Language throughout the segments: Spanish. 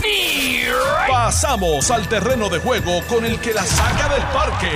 Pasamos al terreno de juego con el que la saca del parque.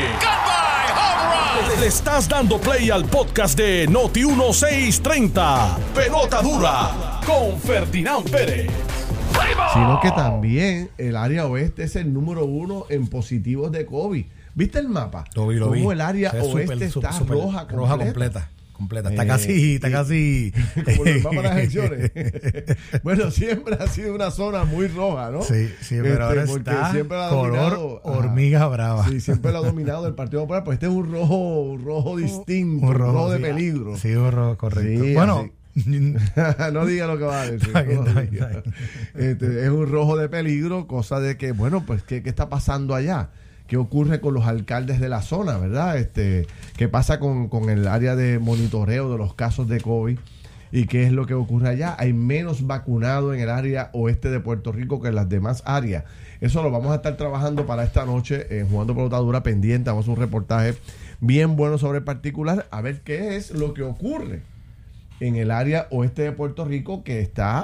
Le estás dando play al podcast de Noti 1630. Pelota dura con Ferdinand Pérez. Sino que también el área oeste es el número 1 en positivos de COVID. ¿Viste el mapa? Lo vi. Cómo el área oeste está roja completa. Está casi como el mapa de las elecciones. Bueno, siempre ha sido una zona muy roja, ¿no? Sí, pero ahora está siempre la ha color dominado, hormiga brava. Sí, siempre lo ha dominado el Partido Popular. Pues este es un rojo distinto, un rojo de peligro. Sí, un rojo correcto. Sí, bueno, no diga lo que va a decir. Es un rojo de peligro, cosa de que, bueno, pues, ¿qué está pasando allá? ¿Qué ocurre con los alcaldes de la zona, verdad? ¿Qué pasa con el área de monitoreo de los casos de COVID? ¿Y qué es lo que ocurre allá? Hay menos vacunados en el área oeste de Puerto Rico que en las demás áreas. Eso lo vamos a estar trabajando para esta noche en Jugando Pelota Dura pendiente. Vamos a un reportaje bien bueno sobre el particular, a ver qué es lo que ocurre en el área oeste de Puerto Rico, que está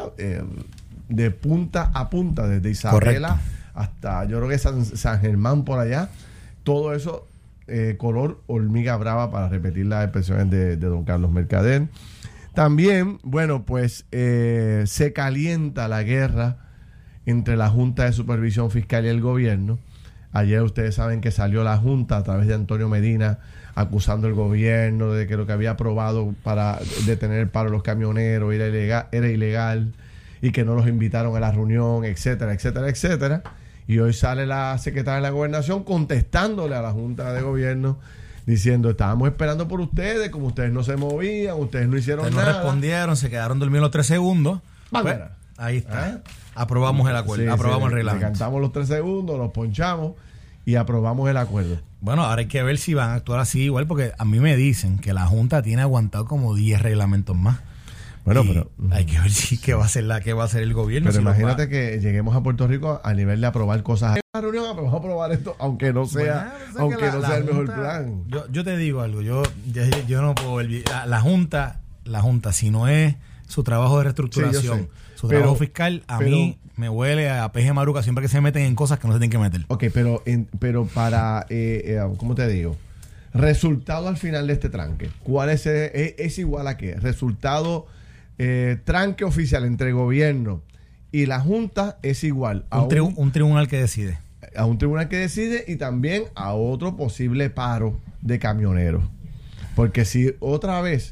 de punta a punta, desde Isabela. Correcto. Hasta, yo creo que San Germán por allá, todo eso color hormiga brava, para repetir las expresiones de don Carlos Mercader. También, bueno, pues se calienta la guerra entre la Junta de Supervisión Fiscal y el gobierno. Ayer ustedes saben que salió la Junta a través de Antonio Medina acusando al gobierno de que lo que había aprobado para detener el paro de los camioneros era ilegal y que no los invitaron a la reunión, etcétera, etcétera, etcétera. Y hoy sale la secretaria de la Gobernación contestándole a la Junta de Gobierno, diciendo: estábamos esperando por ustedes, como ustedes no se movían, ustedes no hicieron nada. No respondieron, se quedaron dormidos los 3 segundos. Pues, ahí está. Aprobamos el acuerdo, aprobamos el reglamento. Le cantamos los 3 segundos, los ponchamos y aprobamos el acuerdo. Bueno, ahora hay que ver si van a actuar así igual, porque a mí me dicen que la Junta tiene aguantado como 10 reglamentos más. Bueno, pero hay que ver qué va a hacer el gobierno. Pero si imagínate que lleguemos a Puerto Rico a nivel de aprobar cosas. En la reunión vamos a aprobar esto, aunque no sea, sea el mejor plan. Yo te digo algo, yo no puedo ver la Junta, si no es su trabajo de reestructuración, su trabajo fiscal, a mí me huele a peje maruca siempre que se meten en cosas que no se tienen que meter. Ok, pero para, ¿cómo te digo? Resultado al final de este tranque, ¿cuál es igual a qué? Resultado tranque oficial entre gobierno y la Junta es igual a un tribunal que decide. A un tribunal que decide, y también a otro posible paro de camioneros. Porque si otra vez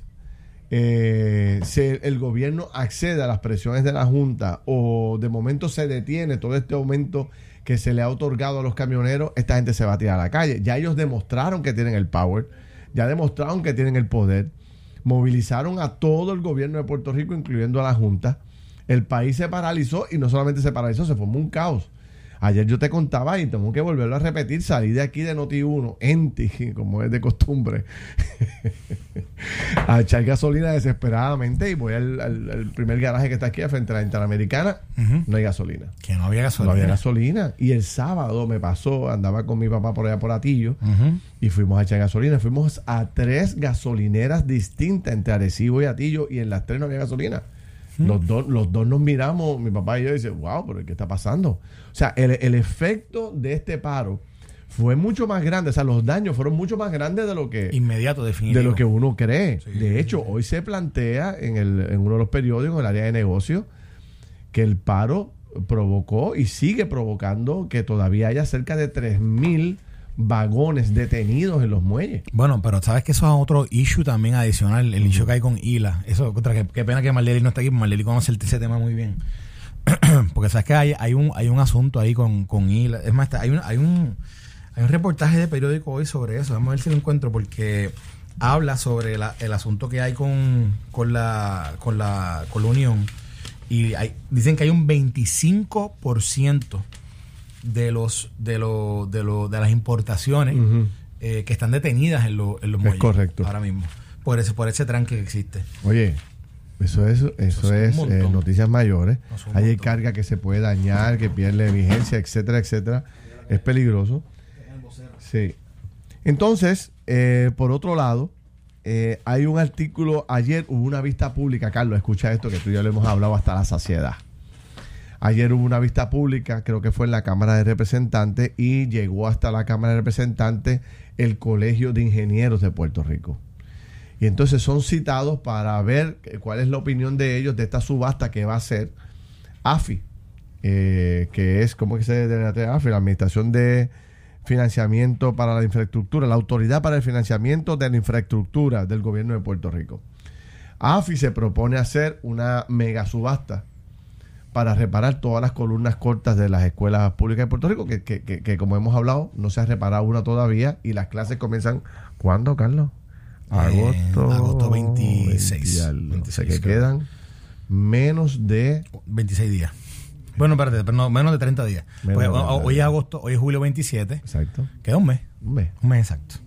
el gobierno accede a las presiones de la Junta, o de momento se detiene todo este aumento que se le ha otorgado a los camioneros, esta gente se va a tirar a la calle. Ya ellos demostraron que tienen el power, ya demostraron que tienen el poder, movilizaron a todo el gobierno de Puerto Rico, incluyendo a la Junta. El país se paralizó, y no solamente se paralizó, se formó un caos. Ayer yo te contaba, y tengo que volverlo a repetir, salí de aquí de Noti1, como es de costumbre, a echar gasolina desesperadamente, y voy al primer garaje que está aquí, frente a la Interamericana. No hay gasolina. Que no había gasolina. No había gasolina. Y el sábado me pasó, andaba con mi papá por allá por Atillo, y fuimos a echar gasolina. Fuimos a 3 gasolineras distintas entre Arecibo y Atillo, y en las 3 no había gasolina. Los dos nos miramos, mi papá y yo, y dice: wow, pero ¿qué está pasando? O sea, el efecto de este paro fue mucho más grande. O sea, los daños fueron mucho más grandes de lo que inmediato, definitivo, de lo que uno cree. Sí, de hecho, hoy se plantea en uno de los periódicos, en el área de negocios, que el paro provocó y sigue provocando que todavía haya cerca de 3,000 vagones detenidos en los muelles. Bueno, pero sabes que eso es otro issue también adicional, el issue que hay con ILA. Eso, qué pena que Marlely no está aquí, porque Marlely conoce ese tema muy bien. Porque sabes que hay un asunto ahí con ILA. Es más, hay un reportaje de periódico hoy sobre eso. Vamos a ver si lo encuentro, porque habla sobre el asunto que hay con la Unión. Y dicen que hay un 25% de las importaciones que están detenidas en los muelles. Es correcto. Ahora mismo. Por ese tranque que existe. Oye, eso es noticias mayores. Hay carga que se puede dañar, que pierde vigencia, etcétera, etcétera. Es peligroso. Sí. Entonces, por otro lado, hay un artículo. Ayer hubo una vista pública, Carlos, escucha esto, que tú y yo lo hemos hablado hasta la saciedad. Ayer hubo una vista pública, creo que fue en la Cámara de Representantes, y llegó hasta la Cámara de Representantes el Colegio de Ingenieros de Puerto Rico. Y entonces son citados para ver cuál es la opinión de ellos de esta subasta que va a hacer AFI, que es, ¿cómo que se deletrea AFI? La Administración de Financiamiento para la Infraestructura, la Autoridad para el Financiamiento de la Infraestructura del Gobierno de Puerto Rico. AFI se propone hacer una mega subasta para reparar todas las columnas cortas de las escuelas públicas de Puerto Rico, que como hemos hablado, no se ha reparado una todavía, y las clases comienzan, ¿cuándo, Carlos? Agosto 26. 26, o sea que quedan menos de 26 días. Bueno, espérate, pero no, menos de 30 días. Pues, hoy es agosto, hoy es julio 27. Exacto. Queda un mes. Un mes. Un mes exacto.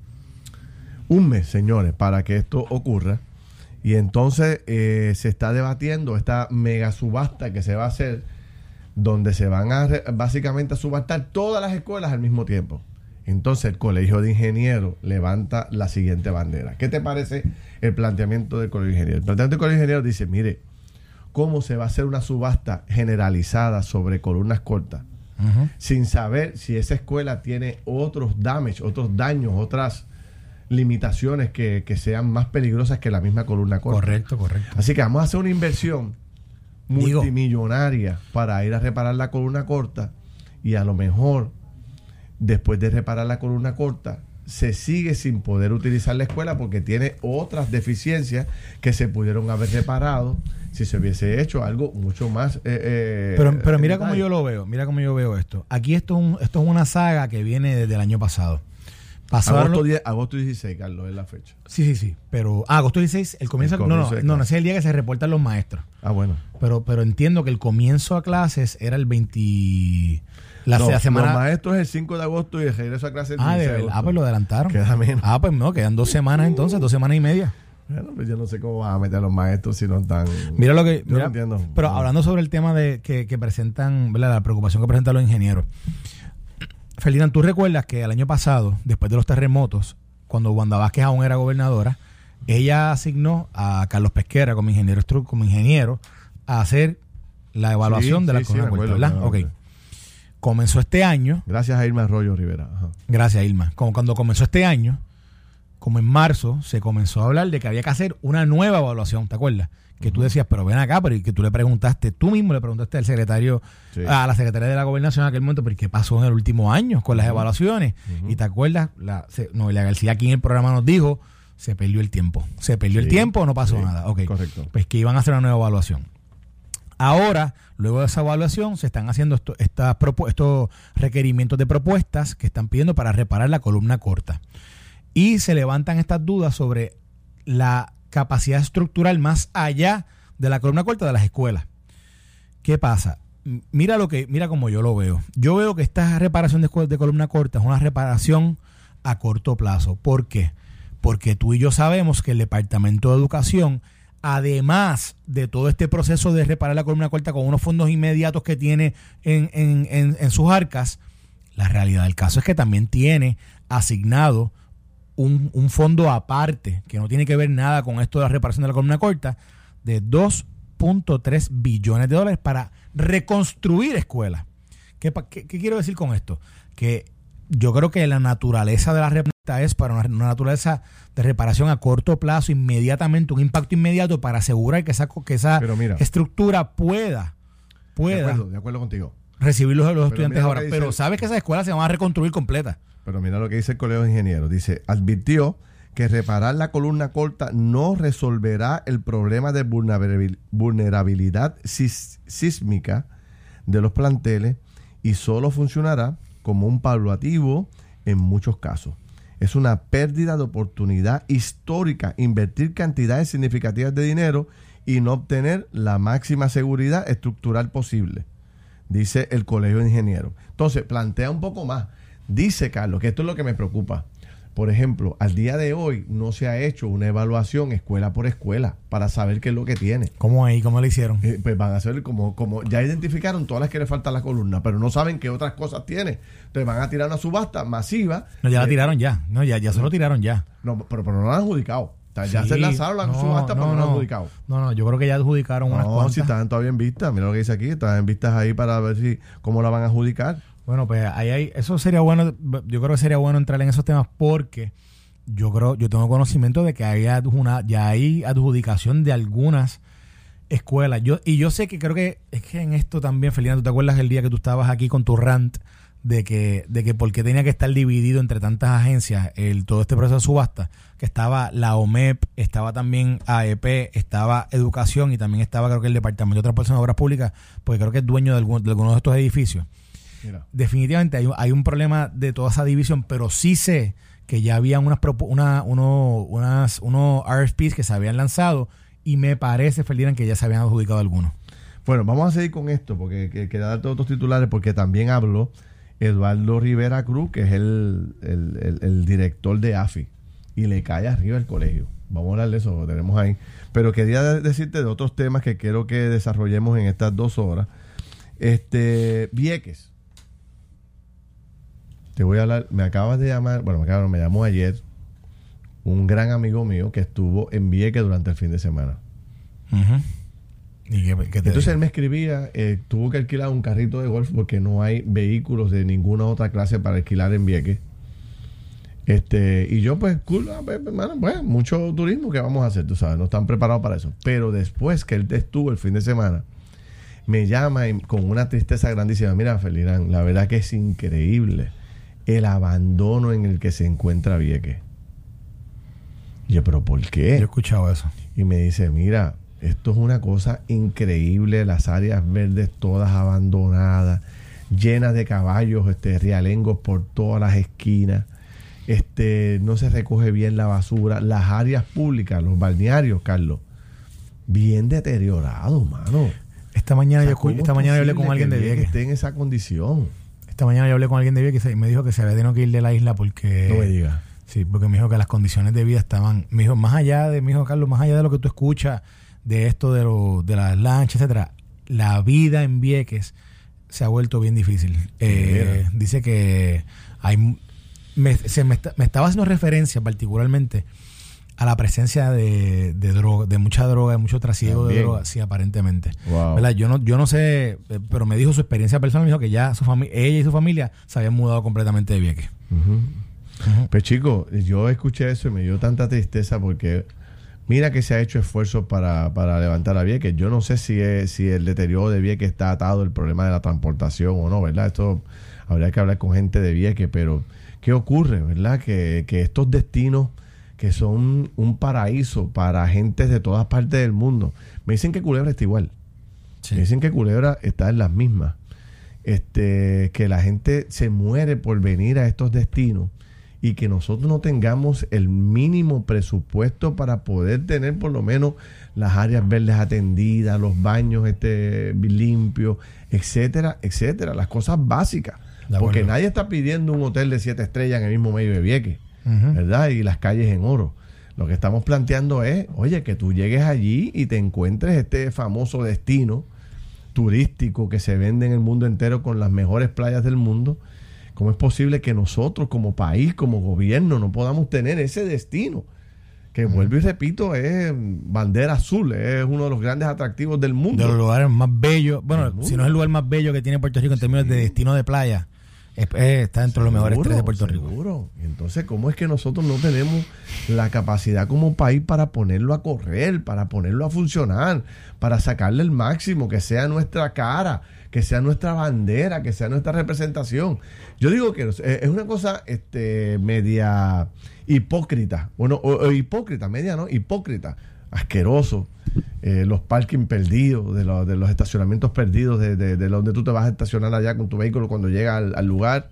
Un mes, señores, para que esto ocurra. Y entonces se está debatiendo esta mega subasta que se va a hacer, donde se van a básicamente a subastar todas las escuelas al mismo tiempo. Entonces el Colegio de Ingenieros levanta la siguiente bandera. ¿Qué te parece el planteamiento del Colegio de Ingenieros? El planteamiento del Colegio de Ingenieros dice, mire, ¿cómo se va a hacer una subasta generalizada sobre columnas cortas? Sin saber si esa escuela tiene otros daños, otras limitaciones que sean más peligrosas que la misma columna corta. Correcto. Así que vamos a hacer una inversión multimillonaria para ir a reparar la columna corta, y a lo mejor después de reparar la columna corta se sigue sin poder utilizar la escuela porque tiene otras deficiencias que se pudieron haber reparado si se hubiese hecho algo mucho más pero mira cómo yo lo veo, esto. Aquí esto es una saga que viene desde el año pasado. Agosto 16, Carlos, es la fecha. Sí, pero agosto 16, el comienzo no, ese es el día que se reportan los maestros. Bueno. Pero entiendo que el comienzo a clases era el 20 semana. Los maestros es el 5 de agosto y el regreso a clases el 16 de agosto. Pues lo adelantaron. Queda menos. Pues no, quedan 2 semanas entonces, 2 semanas y media. Bueno, pues yo no sé cómo van a meter a los maestros si no están... Mira, no entiendo. Pero hablando sobre el tema de que presentan, ¿verdad? La preocupación que presentan los ingenieros. Ferdinand, ¿tú recuerdas que el año pasado, después de los terremotos, cuando Wanda Vázquez aún era gobernadora, ella asignó a Carlos Pesquera como ingeniero a hacer la evaluación de la columna corta, ¿verdad? Ok. Comenzó este año. Gracias a Irma Arroyo Rivera. Ajá. Gracias, Irma. Cuando comenzó este año, como en marzo, se comenzó a hablar de que había que hacer una nueva evaluación, ¿te acuerdas? Que tú decías, pero ven acá, pero que tú mismo le preguntaste al secretario, a la secretaria de la Gobernación en aquel momento, pero ¿qué pasó en el último año con las evaluaciones? Y te acuerdas, Noelia García aquí en el programa nos dijo, se perdió el tiempo. ¿Se perdió el tiempo o no pasó nada? Ok, correcto. Pues que iban a hacer una nueva evaluación. Ahora, luego de esa evaluación, se están haciendo estos requerimientos de propuestas que están pidiendo para reparar la columna corta. Y se levantan estas dudas sobre la capacidad estructural más allá de la columna corta de las escuelas. ¿Qué pasa? Mira cómo yo lo veo. Yo veo que esta reparación de columna corta es una reparación a corto plazo. ¿Por qué? Porque tú y yo sabemos que el Departamento de Educación, además de todo este proceso de reparar la columna corta con unos fondos inmediatos que tiene en sus arcas, la realidad del caso es que también tiene asignado un fondo aparte, que no tiene que ver nada con esto de la reparación de la columna corta, de $2.3 billones para reconstruir escuelas. ¿Qué quiero decir con esto? Que yo creo que la naturaleza de la reparación es para una naturaleza de reparación a corto plazo, inmediatamente, un impacto inmediato para asegurar que esa estructura pueda de acuerdo contigo, recibir los estudiantes ahora. Pero sabes que esas escuelas se van a reconstruir completas. Pero mira lo que dice el Colegio de Ingenieros. Dice, advirtió que reparar la columna corta no resolverá el problema de vulnerabilidad sísmica de los planteles y solo funcionará como un paliativo en muchos casos. Es una pérdida de oportunidad histórica invertir cantidades significativas de dinero y no obtener la máxima seguridad estructural posible, dice el Colegio de Ingenieros. Entonces, plantea un poco más. Dice Carlos, que esto es lo que me preocupa. Por ejemplo, al día de hoy no se ha hecho una evaluación escuela por escuela para saber qué es lo que tiene. ¿Cómo le hicieron? Pues van a hacer como ya identificaron todas las que le faltan a la columna, pero no saben qué otras cosas tiene. Entonces van a tirar una subasta masiva. No, ya la tiraron ya. No, ya se lo tiraron ya. No, pero no la han adjudicado. Ya se lanzaron la subasta, pero no han adjudicado. No, yo creo que ya adjudicaron unas cuantas. No, si están todavía en vista, mira lo que dice aquí, están en vistas ahí para ver cómo la van a adjudicar. Bueno, pues eso sería bueno, yo creo que sería bueno entrar en esos temas porque yo tengo conocimiento de que ya hay adjudicación de algunas escuelas. Yo sé que creo que es que en esto también, Felina, ¿tú te acuerdas el día que tú estabas aquí con tu rant de que por qué tenía que estar dividido entre tantas agencias todo este proceso de subasta? Que estaba la OMEP, estaba también AEP, estaba Educación y también estaba creo que el Departamento de Transportación y Obras Públicas, porque creo que es dueño de algunos de estos edificios. Mira. Definitivamente hay un problema de toda esa división, pero sí sé que ya había unos RFPs que se habían lanzado y me parece, Ferdinand, que ya se habían adjudicado algunos. Bueno, vamos a seguir con esto porque quería darte otros titulares porque también habló Eduardo Rivera Cruz, que es el director de AFI, y le cae arriba el colegio. Vamos a hablar de eso, lo tenemos ahí. Pero quería decirte de otros temas que quiero que desarrollemos en estas 2 horas. Vieques. Te voy a hablar, me acabas de llamar, me llamó ayer un gran amigo mío que estuvo en Vieques durante el fin de semana. Uh-huh. ¿Y qué te Entonces digo? Él me escribía, tuvo que alquilar un carrito de golf porque no hay vehículos de ninguna otra clase para alquilar en Vieques. Y yo pues, hermano, pues, mucho turismo que vamos a hacer, tú sabes, no están preparados para eso. Pero después que él estuvo el fin de semana, me llama con una tristeza grandísima. Mira, Felirán, la verdad que es increíble el abandono en el que se encuentra Vieques. Y yo, ¿pero por qué? Yo he escuchado eso. Y me dice, mira, esto es una cosa increíble, las áreas verdes todas abandonadas, llenas de caballos, realengos por todas las esquinas, no se recoge bien la basura, las áreas públicas, los balnearios, Carlos, bien deteriorados, mano. Esta mañana yo hablé con alguien de Vieques. Que esté en esa condición. Esta mañana yo hablé con alguien de Vieques y me dijo que se había tenido que ir de la isla porque... No me digas. Sí, porque me dijo que las condiciones de vida estaban... Me dijo, Carlos, más allá de lo que tú escuchas, de esto de las lanchas, etcétera, la vida en Vieques se ha vuelto bien difícil. Dice que me estaba haciendo referencia particularmente a la presencia de droga, de mucha droga, de mucho trasiego de droga, sí, aparentemente. Wow. ¿Verdad? Yo no sé, pero me dijo su experiencia personal, me dijo que ya ella y su familia se habían mudado completamente de Vieques. Pues chico, yo escuché eso y me dio tanta tristeza porque mira que se ha hecho esfuerzos para levantar a Vieques. Yo no sé si el deterioro de Vieques está atado al problema de la transportación o no, ¿verdad? Esto habría que hablar con gente de Vieques, pero ¿qué ocurre, verdad? Que estos destinos que son un paraíso para gentes de todas partes del mundo. Me dicen que Culebra está igual. Sí. Me dicen que Culebra está en las mismas. Que la gente se muere por venir a estos destinos y que nosotros no tengamos el mínimo presupuesto para poder tener por lo menos las áreas verdes atendidas, los baños limpios, etcétera, etcétera. Las cosas básicas. Porque nadie está pidiendo un hotel de 7 estrellas en el mismo medio de Vieques. ¿Verdad? Y las calles en oro. Lo que estamos planteando es, oye, que tú llegues allí y te encuentres este famoso destino turístico que se vende en el mundo entero con las mejores playas del mundo. ¿Cómo es posible que nosotros como país, como gobierno, no podamos tener ese destino? Que vuelvo y repito, es bandera azul, es uno de los grandes atractivos del mundo. De los lugares más bellos, bueno, si no es el lugar más bello que tiene Puerto Rico en términos de destino de playa. Está dentro de los mejores 3 de Puerto Rico. Seguro. Entonces, ¿cómo es que nosotros no tenemos la capacidad como país para ponerlo a correr, para ponerlo a funcionar, para sacarle el máximo, que sea nuestra cara, que sea nuestra bandera, que sea nuestra representación? Yo digo que es una cosa media hipócrita. Bueno, o hipócrita, media, ¿no? Hipócrita. Asqueroso. Los parking perdidos, de los estacionamientos perdidos, de donde tú te vas a estacionar allá con tu vehículo cuando llega al lugar,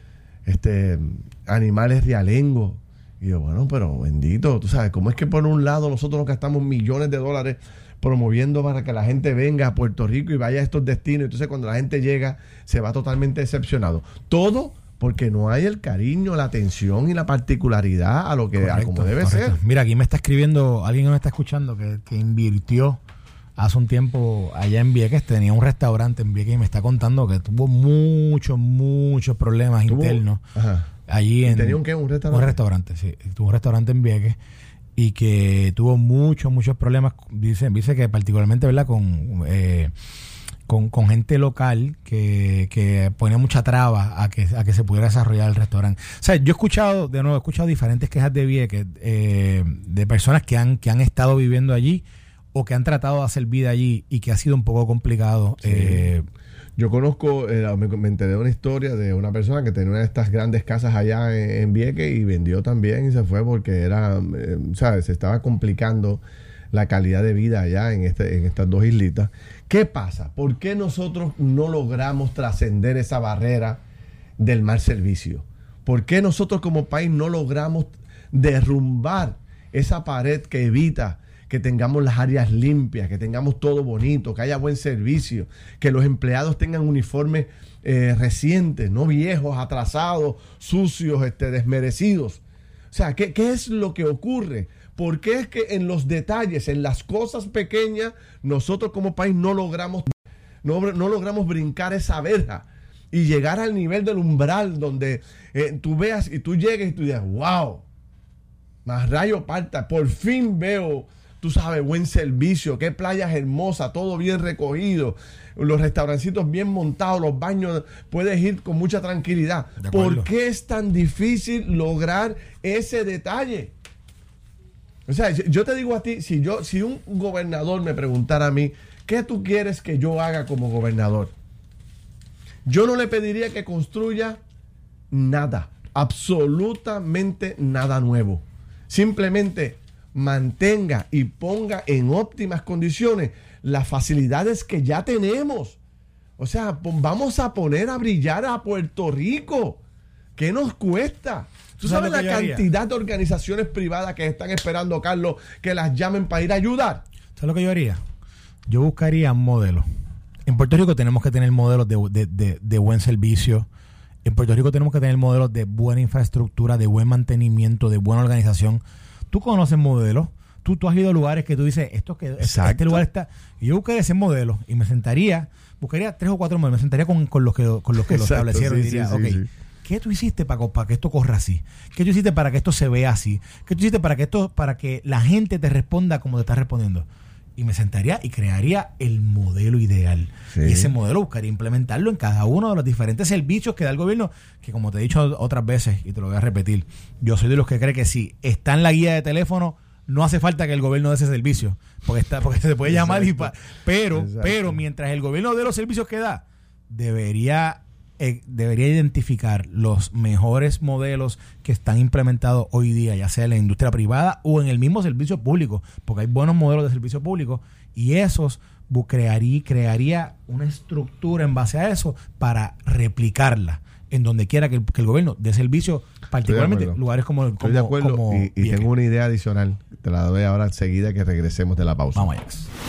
animales realengos. Y yo, bueno, pero bendito, tú sabes, ¿cómo es que por un lado nosotros nos gastamos millones de dólares promoviendo para que la gente venga a Puerto Rico y vaya a estos destinos? Entonces cuando la gente llega se va totalmente decepcionado. Todo porque no hay el cariño, la atención y la particularidad a como debe ser. Mira, aquí me está escribiendo alguien que me está escuchando que invirtió hace un tiempo allá en Vieques, tenía un restaurante en Vieques y me está contando que tuvo muchos problemas internos. Ajá. Allí ¿Tenía un qué? ¿Un restaurante? Un restaurante, sí. Tuvo un restaurante en Vieques y que tuvo muchos problemas, dice que particularmente, ¿verdad?, con gente local que ponía mucha traba a que se pudiera desarrollar el restaurante. O sea, yo he escuchado diferentes quejas de Vieques, de personas que han estado viviendo allí o que han tratado de hacer vida allí y que ha sido un poco complicado. Sí. Yo conozco, me enteré de una historia de una persona que tenía una de estas grandes casas allá en Vieques y vendió también y se fue porque se estaba complicando la calidad de vida allá en estas dos islitas. ¿Qué pasa? ¿Por qué nosotros no logramos trascender esa barrera del mal servicio? ¿Por qué nosotros como país no logramos derrumbar esa pared que evita que tengamos las áreas limpias, que tengamos todo bonito, que haya buen servicio, que los empleados tengan uniformes recientes, no viejos, atrasados, sucios, desmerecidos? O sea, ¿qué es lo que ocurre? ¿Por qué es que en los detalles, en las cosas pequeñas, nosotros como país no logramos brincar esa verja y llegar al nivel del umbral donde tú veas y tú llegues y tú digas, wow, más rayo parta, por fin veo, tú sabes, buen servicio, qué playas hermosas, todo bien recogido, los restaurancitos bien montados, los baños, puedes ir con mucha tranquilidad. ¿Por qué es tan difícil lograr ese detalle? O sea, yo te digo a ti, si un gobernador me preguntara a mí, ¿qué tú quieres que yo haga como gobernador? Yo no le pediría que construya nada, absolutamente nada nuevo. Simplemente mantenga y ponga en óptimas condiciones las facilidades que ya tenemos. O sea, vamos a poner a brillar a Puerto Rico. ¿Qué nos cuesta? ¿Tú sabes la cantidad de organizaciones privadas que están esperando, Carlos, que las llamen para ir a ayudar? ¿Sabes lo que yo haría? Yo buscaría un modelo. En Puerto Rico tenemos que tener modelos de buen servicio. En Puerto Rico tenemos que tener modelos de buena infraestructura, de buen mantenimiento, de buena organización. Tú conoces modelos. Tú has ido a lugares que tú dices, este lugar está... Y yo buscaría ese modelo y buscaría 3 o 4 modelos. Me sentaría con los que lo establecieron y diría, ¿qué tú hiciste para que esto corra así? ¿Qué tú hiciste para que esto se vea así? ¿Qué tú hiciste para que la gente te responda como te está respondiendo? Y me sentaría y crearía el modelo ideal. Sí. Y ese modelo buscaría implementarlo en cada uno de los diferentes servicios que da el gobierno, que como te he dicho otras veces, y te lo voy a repetir, yo soy de los que cree que si está en la guía de teléfono, no hace falta que el gobierno dé ese servicio, porque se puede llamar, pero mientras el gobierno dé los servicios que da, debería identificar los mejores modelos que están implementados hoy día, ya sea en la industria privada o en el mismo servicio público, porque hay buenos modelos de servicio público y esos crearía una estructura en base a eso para replicarla en donde quiera que el gobierno dé servicio, particularmente lugares como Estoy de acuerdo, y tengo una idea adicional, te la doy ahora enseguida que regresemos de la pausa. Vamos allá.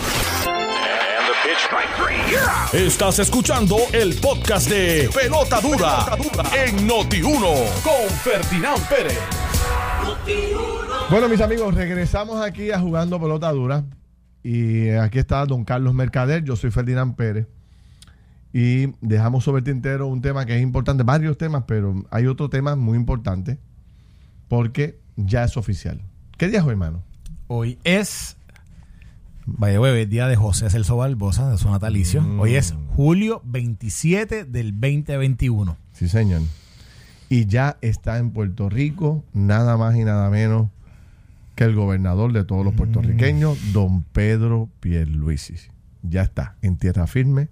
Estás escuchando el podcast de Pelota Dura en Noti1 con Ferdinand Pérez. Bueno, mis amigos, regresamos aquí a Jugando Pelota Dura y aquí está don Carlos Mercader, yo soy Ferdinand Pérez y dejamos sobre el tintero un tema que es importante, varios temas, pero hay otro tema muy importante porque ya es oficial. ¿Qué día es hoy, hermano? Hoy es... el día de José Celso Barbosa, de su natalicio. Hoy es julio 27 del 2021. Sí, señor. Y ya está en Puerto Rico, nada más y nada menos que el gobernador de todos los puertorriqueños, don Pedro Pierluisi. Ya está, en tierra firme,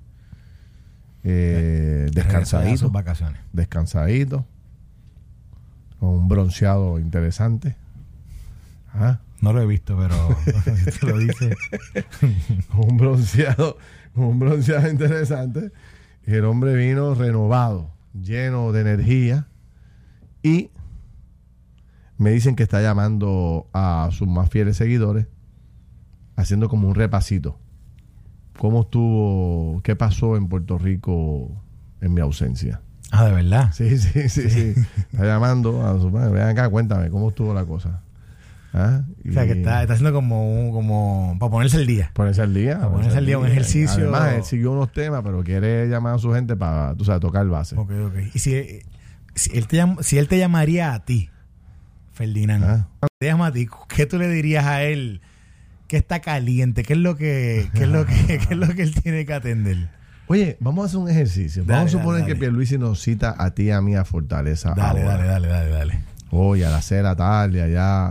descansadito. Sus vacaciones. Descansadito, con un bronceado interesante. ¿Ah? No lo he visto, pero si te lo dice. un bronceado interesante. El hombre vino renovado, lleno de energía y me dicen que está llamando a sus más fieles seguidores, haciendo como un repasito. ¿Cómo estuvo? ¿Qué pasó en Puerto Rico en mi ausencia? Ah, ¿de verdad? Sí. Está llamando a su madre. Ven acá, cuéntame, ¿cómo estuvo la cosa? ¿Ah? O sea, que está haciendo como para ponerse al día. Ponerse al día. Para ponerse al día, un ejercicio. Además, él siguió unos temas, pero quiere llamar a su gente para, tú sabes, tocar base. Ok. Y si él te llamaría a ti, Ferdinand, Déjame a ti, ¿qué tú le dirías a él que está caliente? ¿Qué es lo que él tiene que atender? Oye, vamos a hacer un ejercicio. Vamos a suponer que Pierluisi nos cita a ti y a mí a Fortaleza. Dale. Hoy a las 6 de la tarde allá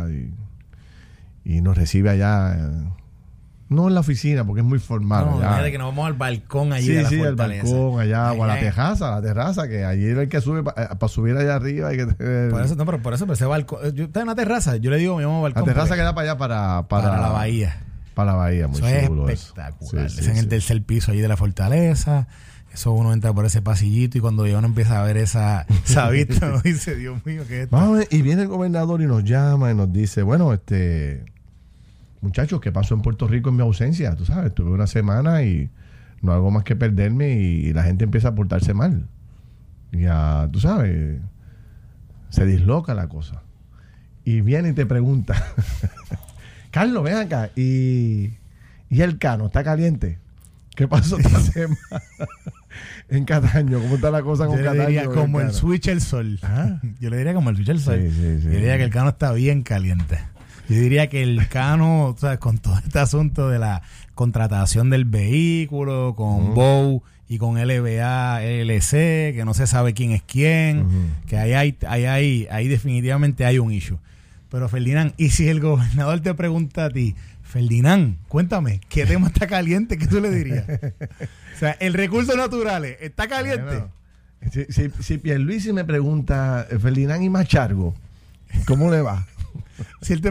y nos recibe allá. No en la oficina, porque es muy formal. No, de que nos vamos al balcón allí de la Fortaleza. Sí, al balcón allá, o a la terraza, que allí el que sube, para subir allá arriba hay que tener... Por eso, pero ese balcón... Yo estoy en una terraza, yo le digo, me llamo balcón. La terraza que da para allá, para la bahía. Para la bahía, muy chulo. Es espectacular. Sí, es en el tercer piso allí de la Fortaleza. Eso uno entra por ese pasillito y cuando uno empieza a ver esa vista, uno dice, Dios mío, ¿qué es esto? Vamos, y viene el gobernador y nos llama y nos dice, bueno, muchachos, ¿qué pasó en Puerto Rico en mi ausencia? Tú sabes, tuve una semana y no hago más que perderme y la gente empieza a portarse mal. Ya, tú sabes, se disloca la cosa. Y viene y te pregunta, Carlos, ven acá, y el Cano, ¿está caliente? ¿Qué pasó esta semana en Cataño? ¿Cómo está la cosa con Cataño? Yo le diría como el switch el sol. ¿Ah? Yo le diría como el switch el sol. Sí. Yo diría que el Cano está bien caliente. Yo diría que el Cano, ¿sabes? Con todo este asunto de la contratación del vehículo, con Bow y con LBA, LLC, que no se sabe quién es quién, que ahí definitivamente hay un issue. Pero Ferdinand, ¿y si el gobernador te pregunta a ti, Ferdinand, cuéntame, ¿qué tema está caliente? ¿Qué tú le dirías? O sea, el recurso natural está caliente. Bueno, si Pierluisi me pregunta, Ferdinand y Machargo, ¿cómo le va? Si él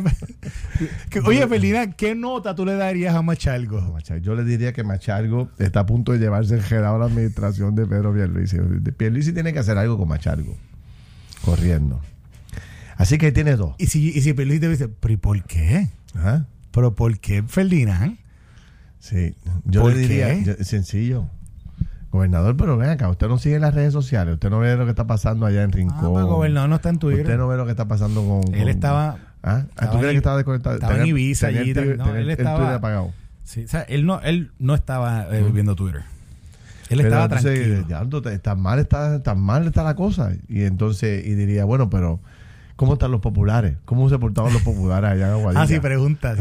oye, Ferdinand, ¿qué nota tú le darías a Machargo? Yo le diría que Machargo está a punto de llevarse enredado a la administración de Pedro Pierluisi. Pierluisi tiene que hacer algo con Machargo, corriendo. Así que tiene dos. Y si Pierluisi te dice, ¿pero y por qué? ¿Ah? ¿Pero por qué, Ferdinand? Sí, yo le diría, sencillo. Gobernador, pero ven acá, usted no sigue las redes sociales, usted no ve lo que está pasando allá en Rincón. Pues el gobernador no está en Twitter. Usted no ve lo que está pasando con... Él estaba... ¿Tú crees que estaba desconectado? Estaba en Ibiza allí. Él estaba... Twitter apagado. Sí, o sea, él no estaba viendo Twitter. Él estaba tranquilo. Ya, tan mal está la cosa. Y entonces, diría, bueno, pero... ¿Cómo están los populares? ¿Cómo se portaban los populares allá en Aguadilla? Sí, pregunta. Sí.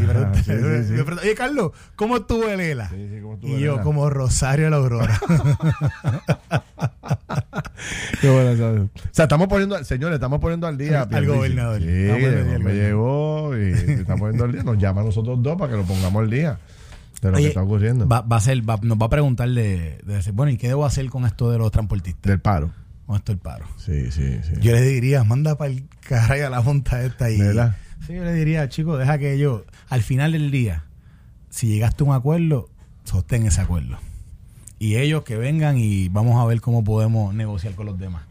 Oye, Carlos, ¿cómo estuvo el ELA? Sí, ¿cómo estuvo y yo, como Rosario la Aurora. Qué bueno. O sea, estamos poniendo al día al gobernador. Sí, me llegó y está poniendo al día. Nos llama a nosotros dos para que lo pongamos al día de lo que está ocurriendo. Nos va a preguntar de decir, bueno, ¿y qué debo hacer con esto de los transportistas? Del paro. Con esto el paro. Sí. Yo le diría, manda para el caray a la junta esta ahí. ¿Verdad? Sí, yo le diría, chicos, deja que yo, al final del día, si llegaste a un acuerdo, sostén ese acuerdo. Y ellos que vengan y vamos a ver cómo podemos negociar con los demás.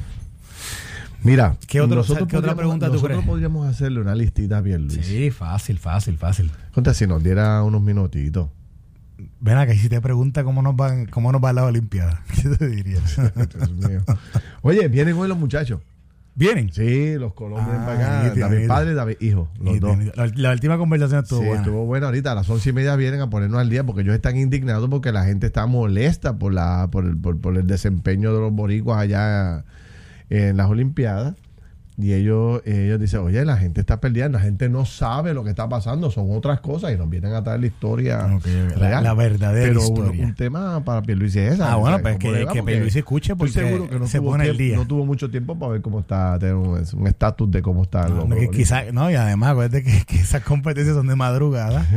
Mira, ¿qué otra pregunta tú crees? Nosotros podríamos hacerle una listita a Pierluisi. Sí, fácil. Conta, si nos diera unos minutitos. Ven acá, y si te pregunta cómo nos va la Olimpiada, ¿qué te dirías? Dios mío. Oye, vienen hoy los muchachos. ¿Vienen? Sí, los colombianos para acá. David padre y David hijo, los dos. La última conversación estuvo buena. Sí, estuvo buena. Ahorita a las 11:30 vienen a ponernos al día porque ellos están indignados porque la gente está molesta por el desempeño de los boricuas allá en las Olimpiadas. Y ellos dicen, oye, la gente está perdida, la gente no sabe lo que está pasando, son otras cosas y nos vienen a traer la historia real. La verdadera historia. Pero un tema para Pierluisi es esa. Bueno, pues que Pierluisi escuche porque seguro que se pone el día. No tuvo mucho tiempo para ver cómo está, tener un estatus de cómo está. Y además, acuérdate que esas competencias son de madrugada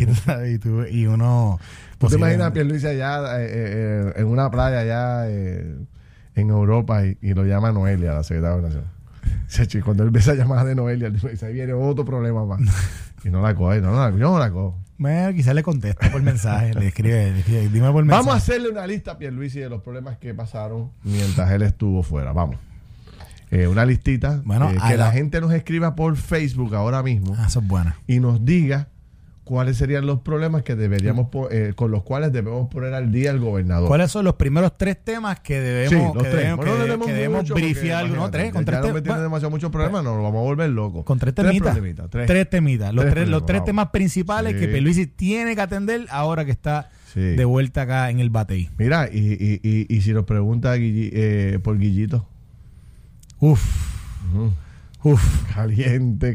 y uno... ¿Tú te imaginas a Pierluisi allá en una playa allá en Europa y lo llama Noelia, la secretaria de Nación? Cuando él ve esa llamada de Noelia, ahí viene otro problema más. Y no la coge, yo no la cojo. Bueno, quizás le contesta por mensaje, le escribe, dime por mensaje. Vamos a hacerle una lista a Pierluisi de los problemas que pasaron mientras él estuvo fuera. Vamos. Una listita. Bueno, que la gente nos escriba por Facebook ahora mismo. Eso es bueno. Y nos diga cuáles serían los problemas que deberíamos con los cuales debemos poner al día al gobernador. ¿Cuáles son los primeros 3 temas que debemos brifiar? No, 3. Con 3 temas. Tiene demasiado muchos problemas, nos lo vamos a volver locos. Con 3 temitas. 3 temitas. Los 3 temas principales que Pierluisi tiene que atender ahora que está de vuelta acá en el Batey. Mira, y si nos pregunta por Guillito. Caliente.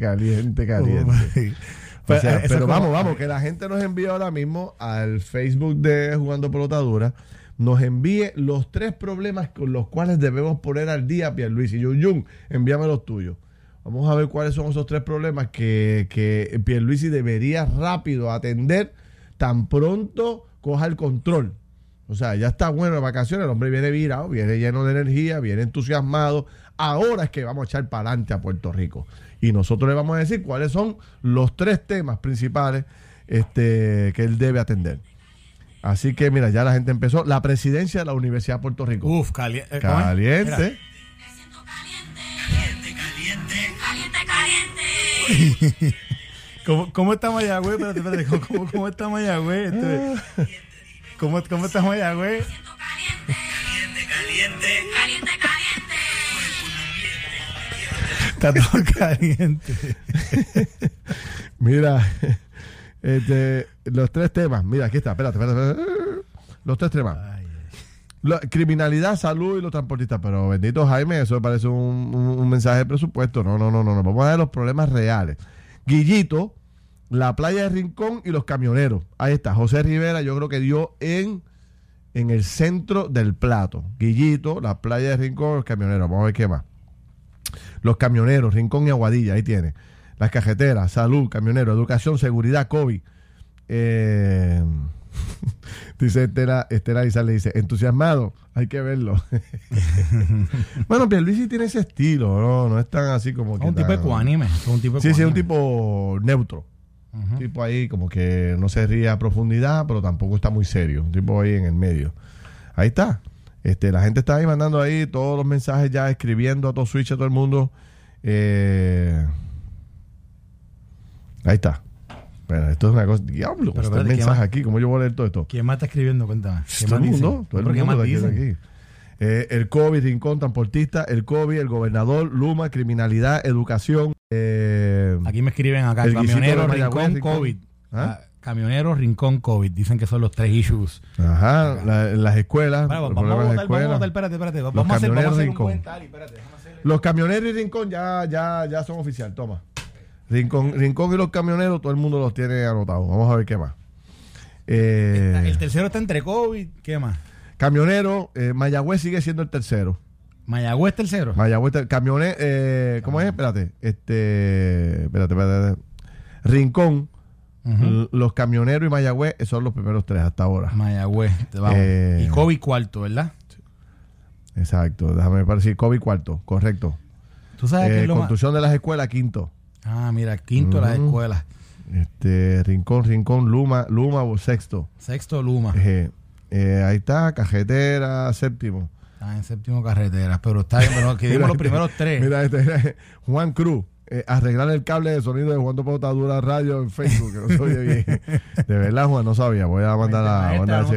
O sea, pero vamos, que la gente nos envíe ahora mismo al Facebook de Jugando Pelota Dura, nos envíe los 3 problemas con los cuales debemos poner al día a Pierluisi. Jun, envíame los tuyos. Vamos a ver cuáles son esos 3 problemas que Pierluisi debería rápido atender tan pronto coja el control. O sea, ya está bueno de vacaciones, el hombre viene virado, viene lleno de energía, viene entusiasmado. Ahora es que vamos a echar para adelante a Puerto Rico. Y nosotros le vamos a decir cuáles son los 3 temas principales que él debe atender. Así que, mira, ya la gente empezó. La presidencia de la Universidad de Puerto Rico. Caliente. Caliente. ¿Cómo está Mayagüez? Espérate. ¿Cómo está Mayagüez? ¿Cómo está Mayagüez? Caliente. Está todo caliente. Mira, los 3 temas. Mira, aquí está. Espérate. Los 3 temas. Criminalidad, salud y los transportistas. Pero bendito Jaime, eso me parece un mensaje de presupuesto. No. Vamos a ver los problemas reales. Guillito, la playa de Rincón y los camioneros. Ahí está. José Rivera, yo creo que dio en el centro del plato. Guillito, la playa de Rincón, los camioneros. Vamos a ver qué más. Los camioneros, Rincón y Aguadilla, ahí tiene. Las cajeteras, salud, camioneros, educación, seguridad, COVID. Dice Estela Izal, le dice, entusiasmado, hay que verlo. Bueno, Pierluisi tiene ese estilo, no es tan así como que... Un tipo ecuánime. Sí, es un tipo neutro. Un tipo ahí como que no se ríe a profundidad, pero tampoco está muy serio. Un tipo ahí en el medio. Ahí está. La gente está ahí mandando ahí todos los mensajes ya, escribiendo a todo switch, a todo el mundo. Ahí está. Bueno, esto es una cosa. Diablo, está el mensaje aquí. ¿Cómo yo voy a leer todo esto? ¿Quién más está escribiendo? Cuéntame. Todo el mundo está aquí. El COVID, Rincón, transportista, el COVID, el gobernador, Luma, criminalidad, educación. Aquí me escriben acá, camionero, Rincón, COVID. Camionero, Rincón, COVID. Dicen que son los 3 issues. Ajá, las escuelas. Vamos a votar, espérate. Vamos a hacer un comentario. Los camioneros y Rincón ya son oficial. Toma. Rincón y los camioneros, todo el mundo los tiene anotados. Vamos a ver qué más. El tercero está entre COVID. ¿Qué más? Camionero, Mayagüez sigue siendo el tercero. ¿Mayagüez tercero? Camionero, ¿cómo es? Espérate. Rincón, los camioneros y Mayagüez son los primeros 3 hasta ahora. Mayagüez, vamos. Y COVID cuarto, ¿verdad? Exacto, déjame decir COVID cuarto, correcto. ¿Tú sabes que construcción de las escuelas, quinto. Ah, mira, quinto las escuelas. Rincón, Luma, sexto. Sexto, Luma. Ahí está, cajetera, séptimo. En séptimo, carretera. Pero está bien, pero que dimos los primeros 3. Mira, Juan Cruz. Arreglar el cable de sonido de Jugando Pelota Dura Radio en Facebook, que no se oye bien. De verdad, Juan, no sabía. Voy a mandar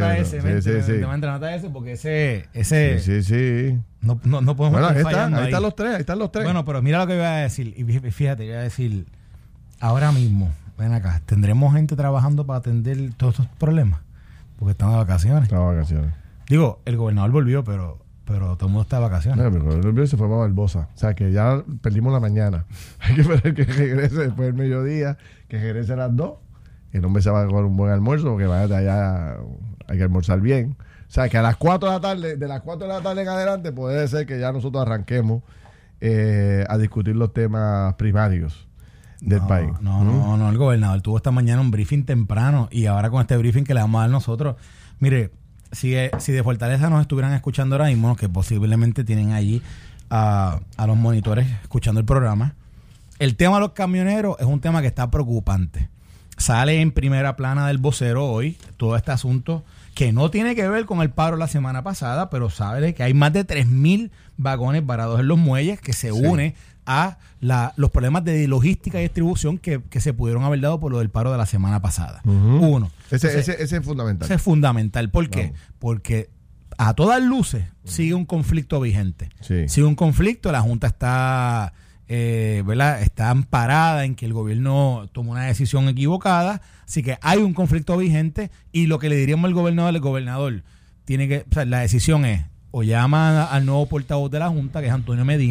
Te manda nota ese porque ese sí. No podemos bueno, ahí están los 3. Bueno, pero mira lo que voy a decir. Y fíjate, voy a decir, ahora mismo, ven acá, ¿tendremos gente trabajando para atender todos estos problemas? Porque están de vacaciones. Digo, el gobernador volvió, pero todo el mundo está de vacaciones. No, pero el gobernador se fue para Barbosa. O sea, que ya perdimos la mañana. Hay que esperar que regrese después del mediodía, que regrese a las 2. El hombre se va a comer un buen almuerzo, porque vaya de allá, hay que almorzar bien. O sea, que a las 4 de la tarde, de las 4 de la tarde en adelante, puede ser que ya nosotros arranquemos a discutir los temas primarios del país. No, el gobernador tuvo esta mañana un briefing temprano y ahora con este briefing que le vamos a dar nosotros, mire, si de Fortaleza nos estuvieran escuchando ahora mismo, que posiblemente tienen allí a los monitores escuchando el programa, el tema de los camioneros es un tema que está preocupante. Sale en primera plana del vocero hoy todo este asunto que no tiene que ver con el paro la semana pasada, pero sabe que hay más de 3,000 vagones varados en los muelles que se une a los problemas de logística y distribución que se pudieron haber dado por lo del paro de la semana pasada. Uno. Ese es fundamental. Ese es fundamental. ¿Por qué? Porque a todas luces sigue un conflicto vigente. Sí. Sigue un conflicto, la Junta está... ¿verdad? Está amparada en que el gobierno tomó una decisión equivocada, así que hay un conflicto vigente y lo que le diríamos al gobernador, la decisión es o llama al nuevo portavoz de la Junta, que es Antonio Medina,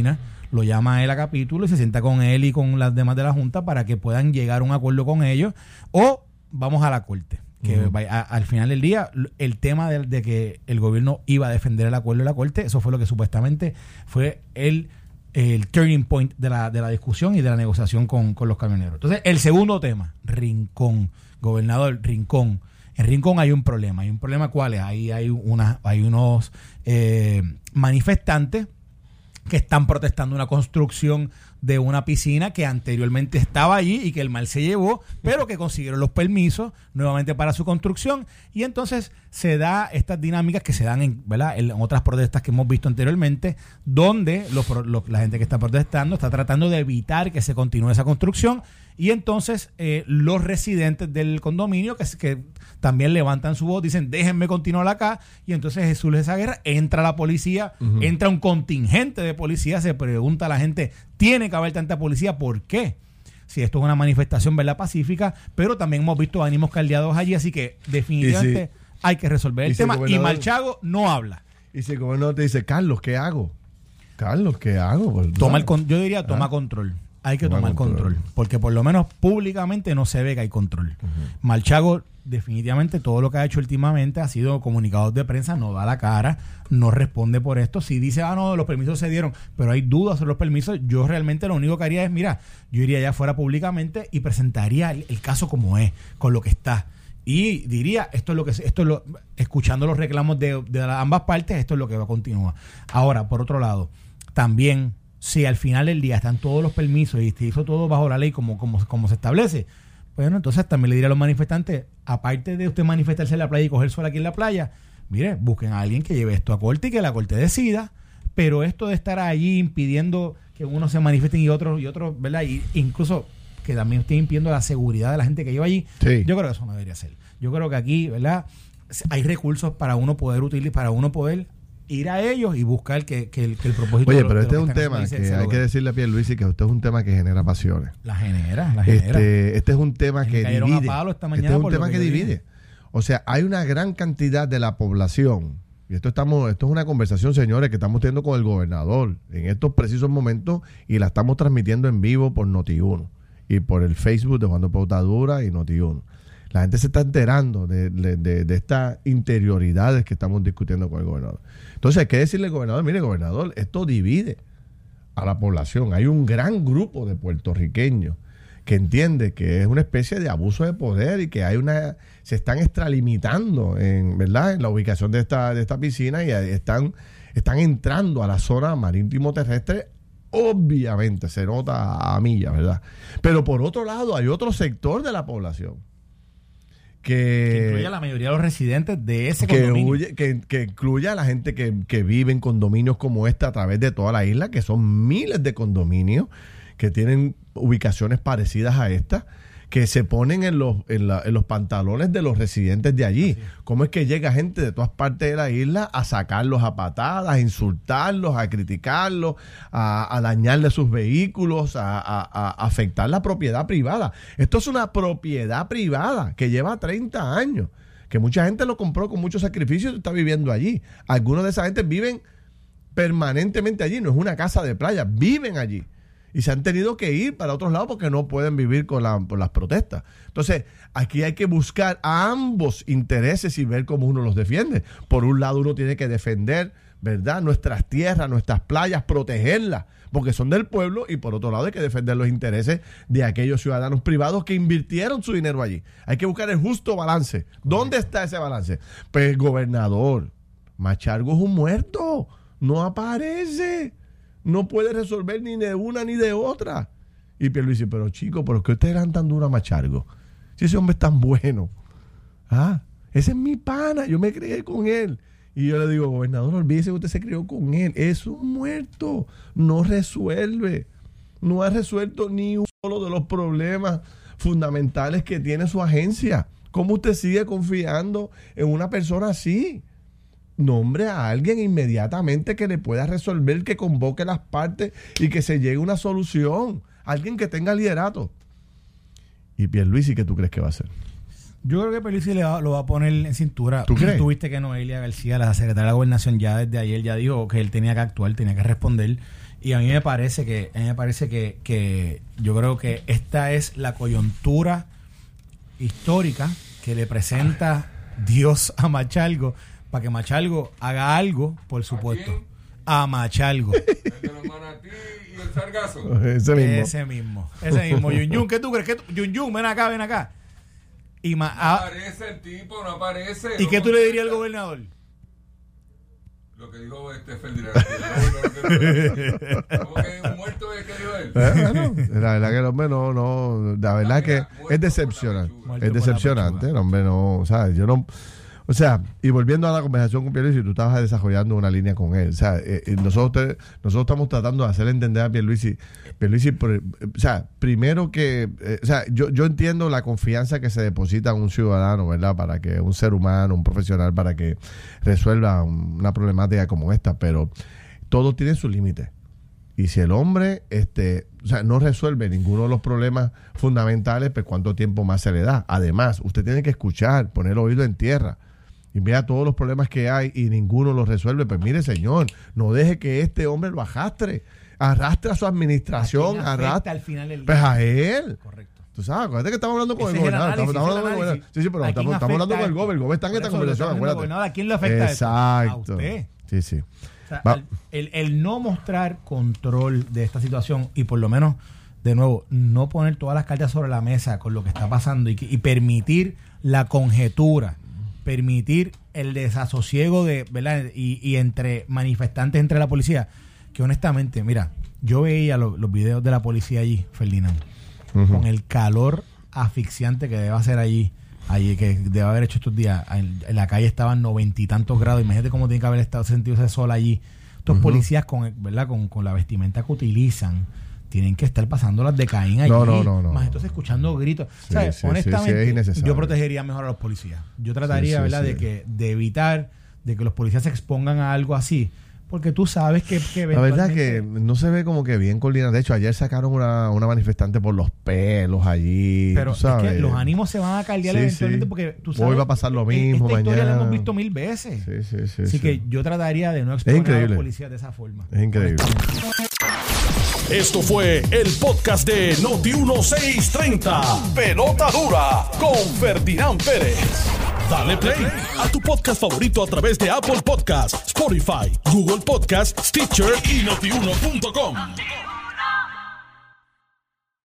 lo llama a él a capítulo y se sienta con él y con las demás de la Junta para que puedan llegar a un acuerdo con ellos, o vamos a la Corte. Que al final del día, el tema de que el gobierno iba a defender el acuerdo de la Corte, eso fue lo que supuestamente fue el turning point de la discusión y de la negociación con los camioneros. Entonces, el segundo tema, Rincón, gobernador, Rincón. En Rincón hay un problema. ¿Hay un problema cuál es? Ahí hay unos manifestantes que están protestando una construcción de una piscina que anteriormente estaba allí y que el MAL se llevó, pero que consiguieron los permisos nuevamente para su construcción, y entonces se da estas dinámicas que se dan en otras protestas que hemos visto anteriormente, donde la gente que está protestando está tratando de evitar que se continúe esa construcción, y entonces los residentes del condominio que también levantan su voz, dicen déjenme continuar acá, y entonces surge esa guerra, entra la policía, entra un contingente de policía, se pregunta a la gente, ¿tiene que haber tanta policía? ¿Por qué? Si esto es una manifestación, ¿verdad?, pacífica, pero también hemos visto ánimos caldeados allí, así que definitivamente hay que resolver el tema, y Malchago no habla. Y si el gobernador te dice, Carlos, ¿qué hago? Carlos, ¿qué hago? Pues, yo diría, toma control. Hay que tomar control, porque por lo menos públicamente no se ve que hay control. Malchago, definitivamente, todo lo que ha hecho últimamente ha sido comunicados de prensa, no da la cara, no responde por esto. Si dice, no, los permisos se dieron, pero hay dudas sobre los permisos, yo realmente lo único que haría es, yo iría allá afuera públicamente y presentaría el caso como es, con lo que está. Y diría, escuchando los reclamos de ambas partes, esto es lo que va a continuar. Ahora, por otro lado, también, si al final del día están todos los permisos y se hizo todo bajo la ley como se establece, bueno, entonces también le diría a los manifestantes, aparte de usted manifestarse en la playa y coger sol aquí en la playa, mire, busquen a alguien que lleve esto a corte y que la corte decida, pero esto de estar allí impidiendo que unos se manifiesten y otros, ¿verdad? Y incluso que también esté impidiendo la seguridad de la gente que lleva allí, yo creo que eso no debería ser. Yo creo que aquí, ¿verdad?, hay recursos para uno poder utilizar, para uno poder ir a ellos y buscar que el propósito. Oye, pero este es un tema que hay que decirle a Pierluisi que esto es un tema que genera pasiones. La genera. Este es un tema que divide. Este es un tema que divide. O sea, hay una gran cantidad de la población, y esto es una conversación, señores, que estamos teniendo con el gobernador en estos precisos momentos, y la estamos transmitiendo en vivo por Noti1 y por el Facebook de Juan de Pauta Dura y Noti1. La gente se está enterando de estas interioridades que estamos discutiendo con el gobernador. Entonces hay que decirle al gobernador, mire, gobernador, esto divide a la población. Hay un gran grupo de puertorriqueños que entiende que es una especie de abuso de poder y que se están extralimitando en la ubicación de esta piscina, y están entrando a la zona marítimo terrestre. Obviamente se nota a millas, ¿verdad? Pero por otro lado hay otro sector de la población que incluye a la mayoría de los residentes de ese condominio. Que incluye a la gente que vive en condominios como este a través de toda la isla, que son miles de condominios que tienen ubicaciones parecidas a esta, que se ponen en los pantalones de los residentes de allí. Así. ¿Cómo es que llega gente de todas partes de la isla a sacarlos a patadas, a insultarlos, a criticarlos, a dañarle sus vehículos, a afectar la propiedad privada? Esto es una propiedad privada que lleva 30 años, que mucha gente lo compró con mucho sacrificio y está viviendo allí. Algunos de esa gente viven permanentemente allí, no es una casa de playa, viven allí. Y se han tenido que ir para otros lados porque no pueden vivir por las protestas. Entonces, aquí hay que buscar a ambos intereses y ver cómo uno los defiende. Por un lado, uno tiene que defender, ¿verdad?, nuestras tierras, nuestras playas, protegerlas, porque son del pueblo, y por otro lado hay que defender los intereses de aquellos ciudadanos privados que invirtieron su dinero allí. Hay que buscar el justo balance. ¿Dónde está ese balance? Pues el gobernador Machargo es un muerto, no aparece. No puede resolver ni de una ni de otra. Y Pierluisi, pero chico, ¿por qué ustedes eran tan duro a Machargo? Si ese hombre es tan bueno. Ese es mi pana, yo me crié con él. Y yo le digo, gobernador, olvídese que usted se crió con él. Es un muerto, no resuelve. No ha resuelto ni uno solo de los problemas fundamentales que tiene su agencia. ¿Cómo usted sigue confiando en una persona así? Nombre a alguien inmediatamente que le pueda resolver, que convoque las partes y que se llegue a una solución. Alguien que tenga liderato. Y Pierluisi, ¿qué tú crees que va a hacer? Yo creo que Pierluisi lo va a poner en cintura. ¿Tú crees? Tuviste que Noelia García, la secretaria de la Gobernación, ya desde ayer ya dijo que él tenía que actuar, tenía que responder. Y a mí me parece que yo creo que esta es la coyuntura histórica que le presenta Dios a Machalgo para que Machalgo haga algo, por supuesto. A Machalgo. El de los manatí y el sargazo. Ese mismo. Yun, ¿qué tú crees? Yun, ven acá. Y no aparece el tipo, no aparece. ¿Y qué tú le dirías al gobernador? Lo que dijo Ferdinand. ¿Cómo que un muerto es que dijo él? Bueno, la verdad que el hombre no, la verdad que es decepcionante. Es decepcionante, el hombre no, ¿sabes? Yo no. O sea, y volviendo a la conversación con Pierluisi, tú estabas desarrollando una línea con él. O sea, nosotros estamos tratando de hacerle entender a Pierluisi, o sea, primero que, o sea, yo entiendo la confianza que se deposita en un ciudadano, ¿verdad? Para que un ser humano, un profesional, para que resuelva una problemática como esta, pero todo tiene su límite. Y si el hombre, o sea, no resuelve ninguno de los problemas fundamentales, pues ¿cuánto tiempo más se le da? Además, usted tiene que escuchar, poner el oído en tierra y vea todos los problemas que hay y ninguno los resuelve. Pues mire, señor, no deje que este hombre lo arrastre a su administración, arrastre al final del día. Pues a él. Correcto. Tú sabes, acuérdate que estamos hablando con Ese el gobernador. Estamos hablando con el gobernador. Sí, pero estamos hablando con el gobernador está en esta conversación, acuérdate. ¿A quién le afecta Exacto. esto? A usted. Sí. O sea, el no mostrar control de esta situación y por lo menos, de nuevo, no poner todas las cartas sobre la mesa con lo que está pasando y permitir la conjetura, permitir el desasosiego de, ¿verdad? Y entre manifestantes, entre la policía, que honestamente, mira, yo veía los videos de la policía allí, Ferdinand, con el calor asfixiante que debe hacer allí, que debe haber hecho estos días. En la calle estaban 90 y tantos grados. Imagínate cómo tiene que haber sentido ese sol allí. Estos policías ¿verdad? Con la vestimenta que utilizan tienen que estar pasando las de Caín allí. No. Más entonces escuchando gritos. Sí, ¿sabes? Honestamente, es yo protegería mejor a los policías. Yo trataría, ¿verdad? De evitar de que los policías se expongan a algo así. Porque tú sabes que la verdad que no se ve como que bien coordinado. De hecho, ayer sacaron una manifestante por los pelos allí. Pero ¿sabes? Es que los ánimos se van a caldear eventualmente porque tú sabes. Hoy va a pasar lo mismo, esta historia mañana. la hemos visto 1000 veces. Sí. Así que yo trataría de no exponer a los policías de esa forma. Es increíble. Esto fue el podcast de Noti1630. Pelota dura con Ferdinand Pérez. Dale play a tu podcast favorito a través de Apple Podcasts, Spotify, Google Podcasts, Stitcher y Notiuno.com.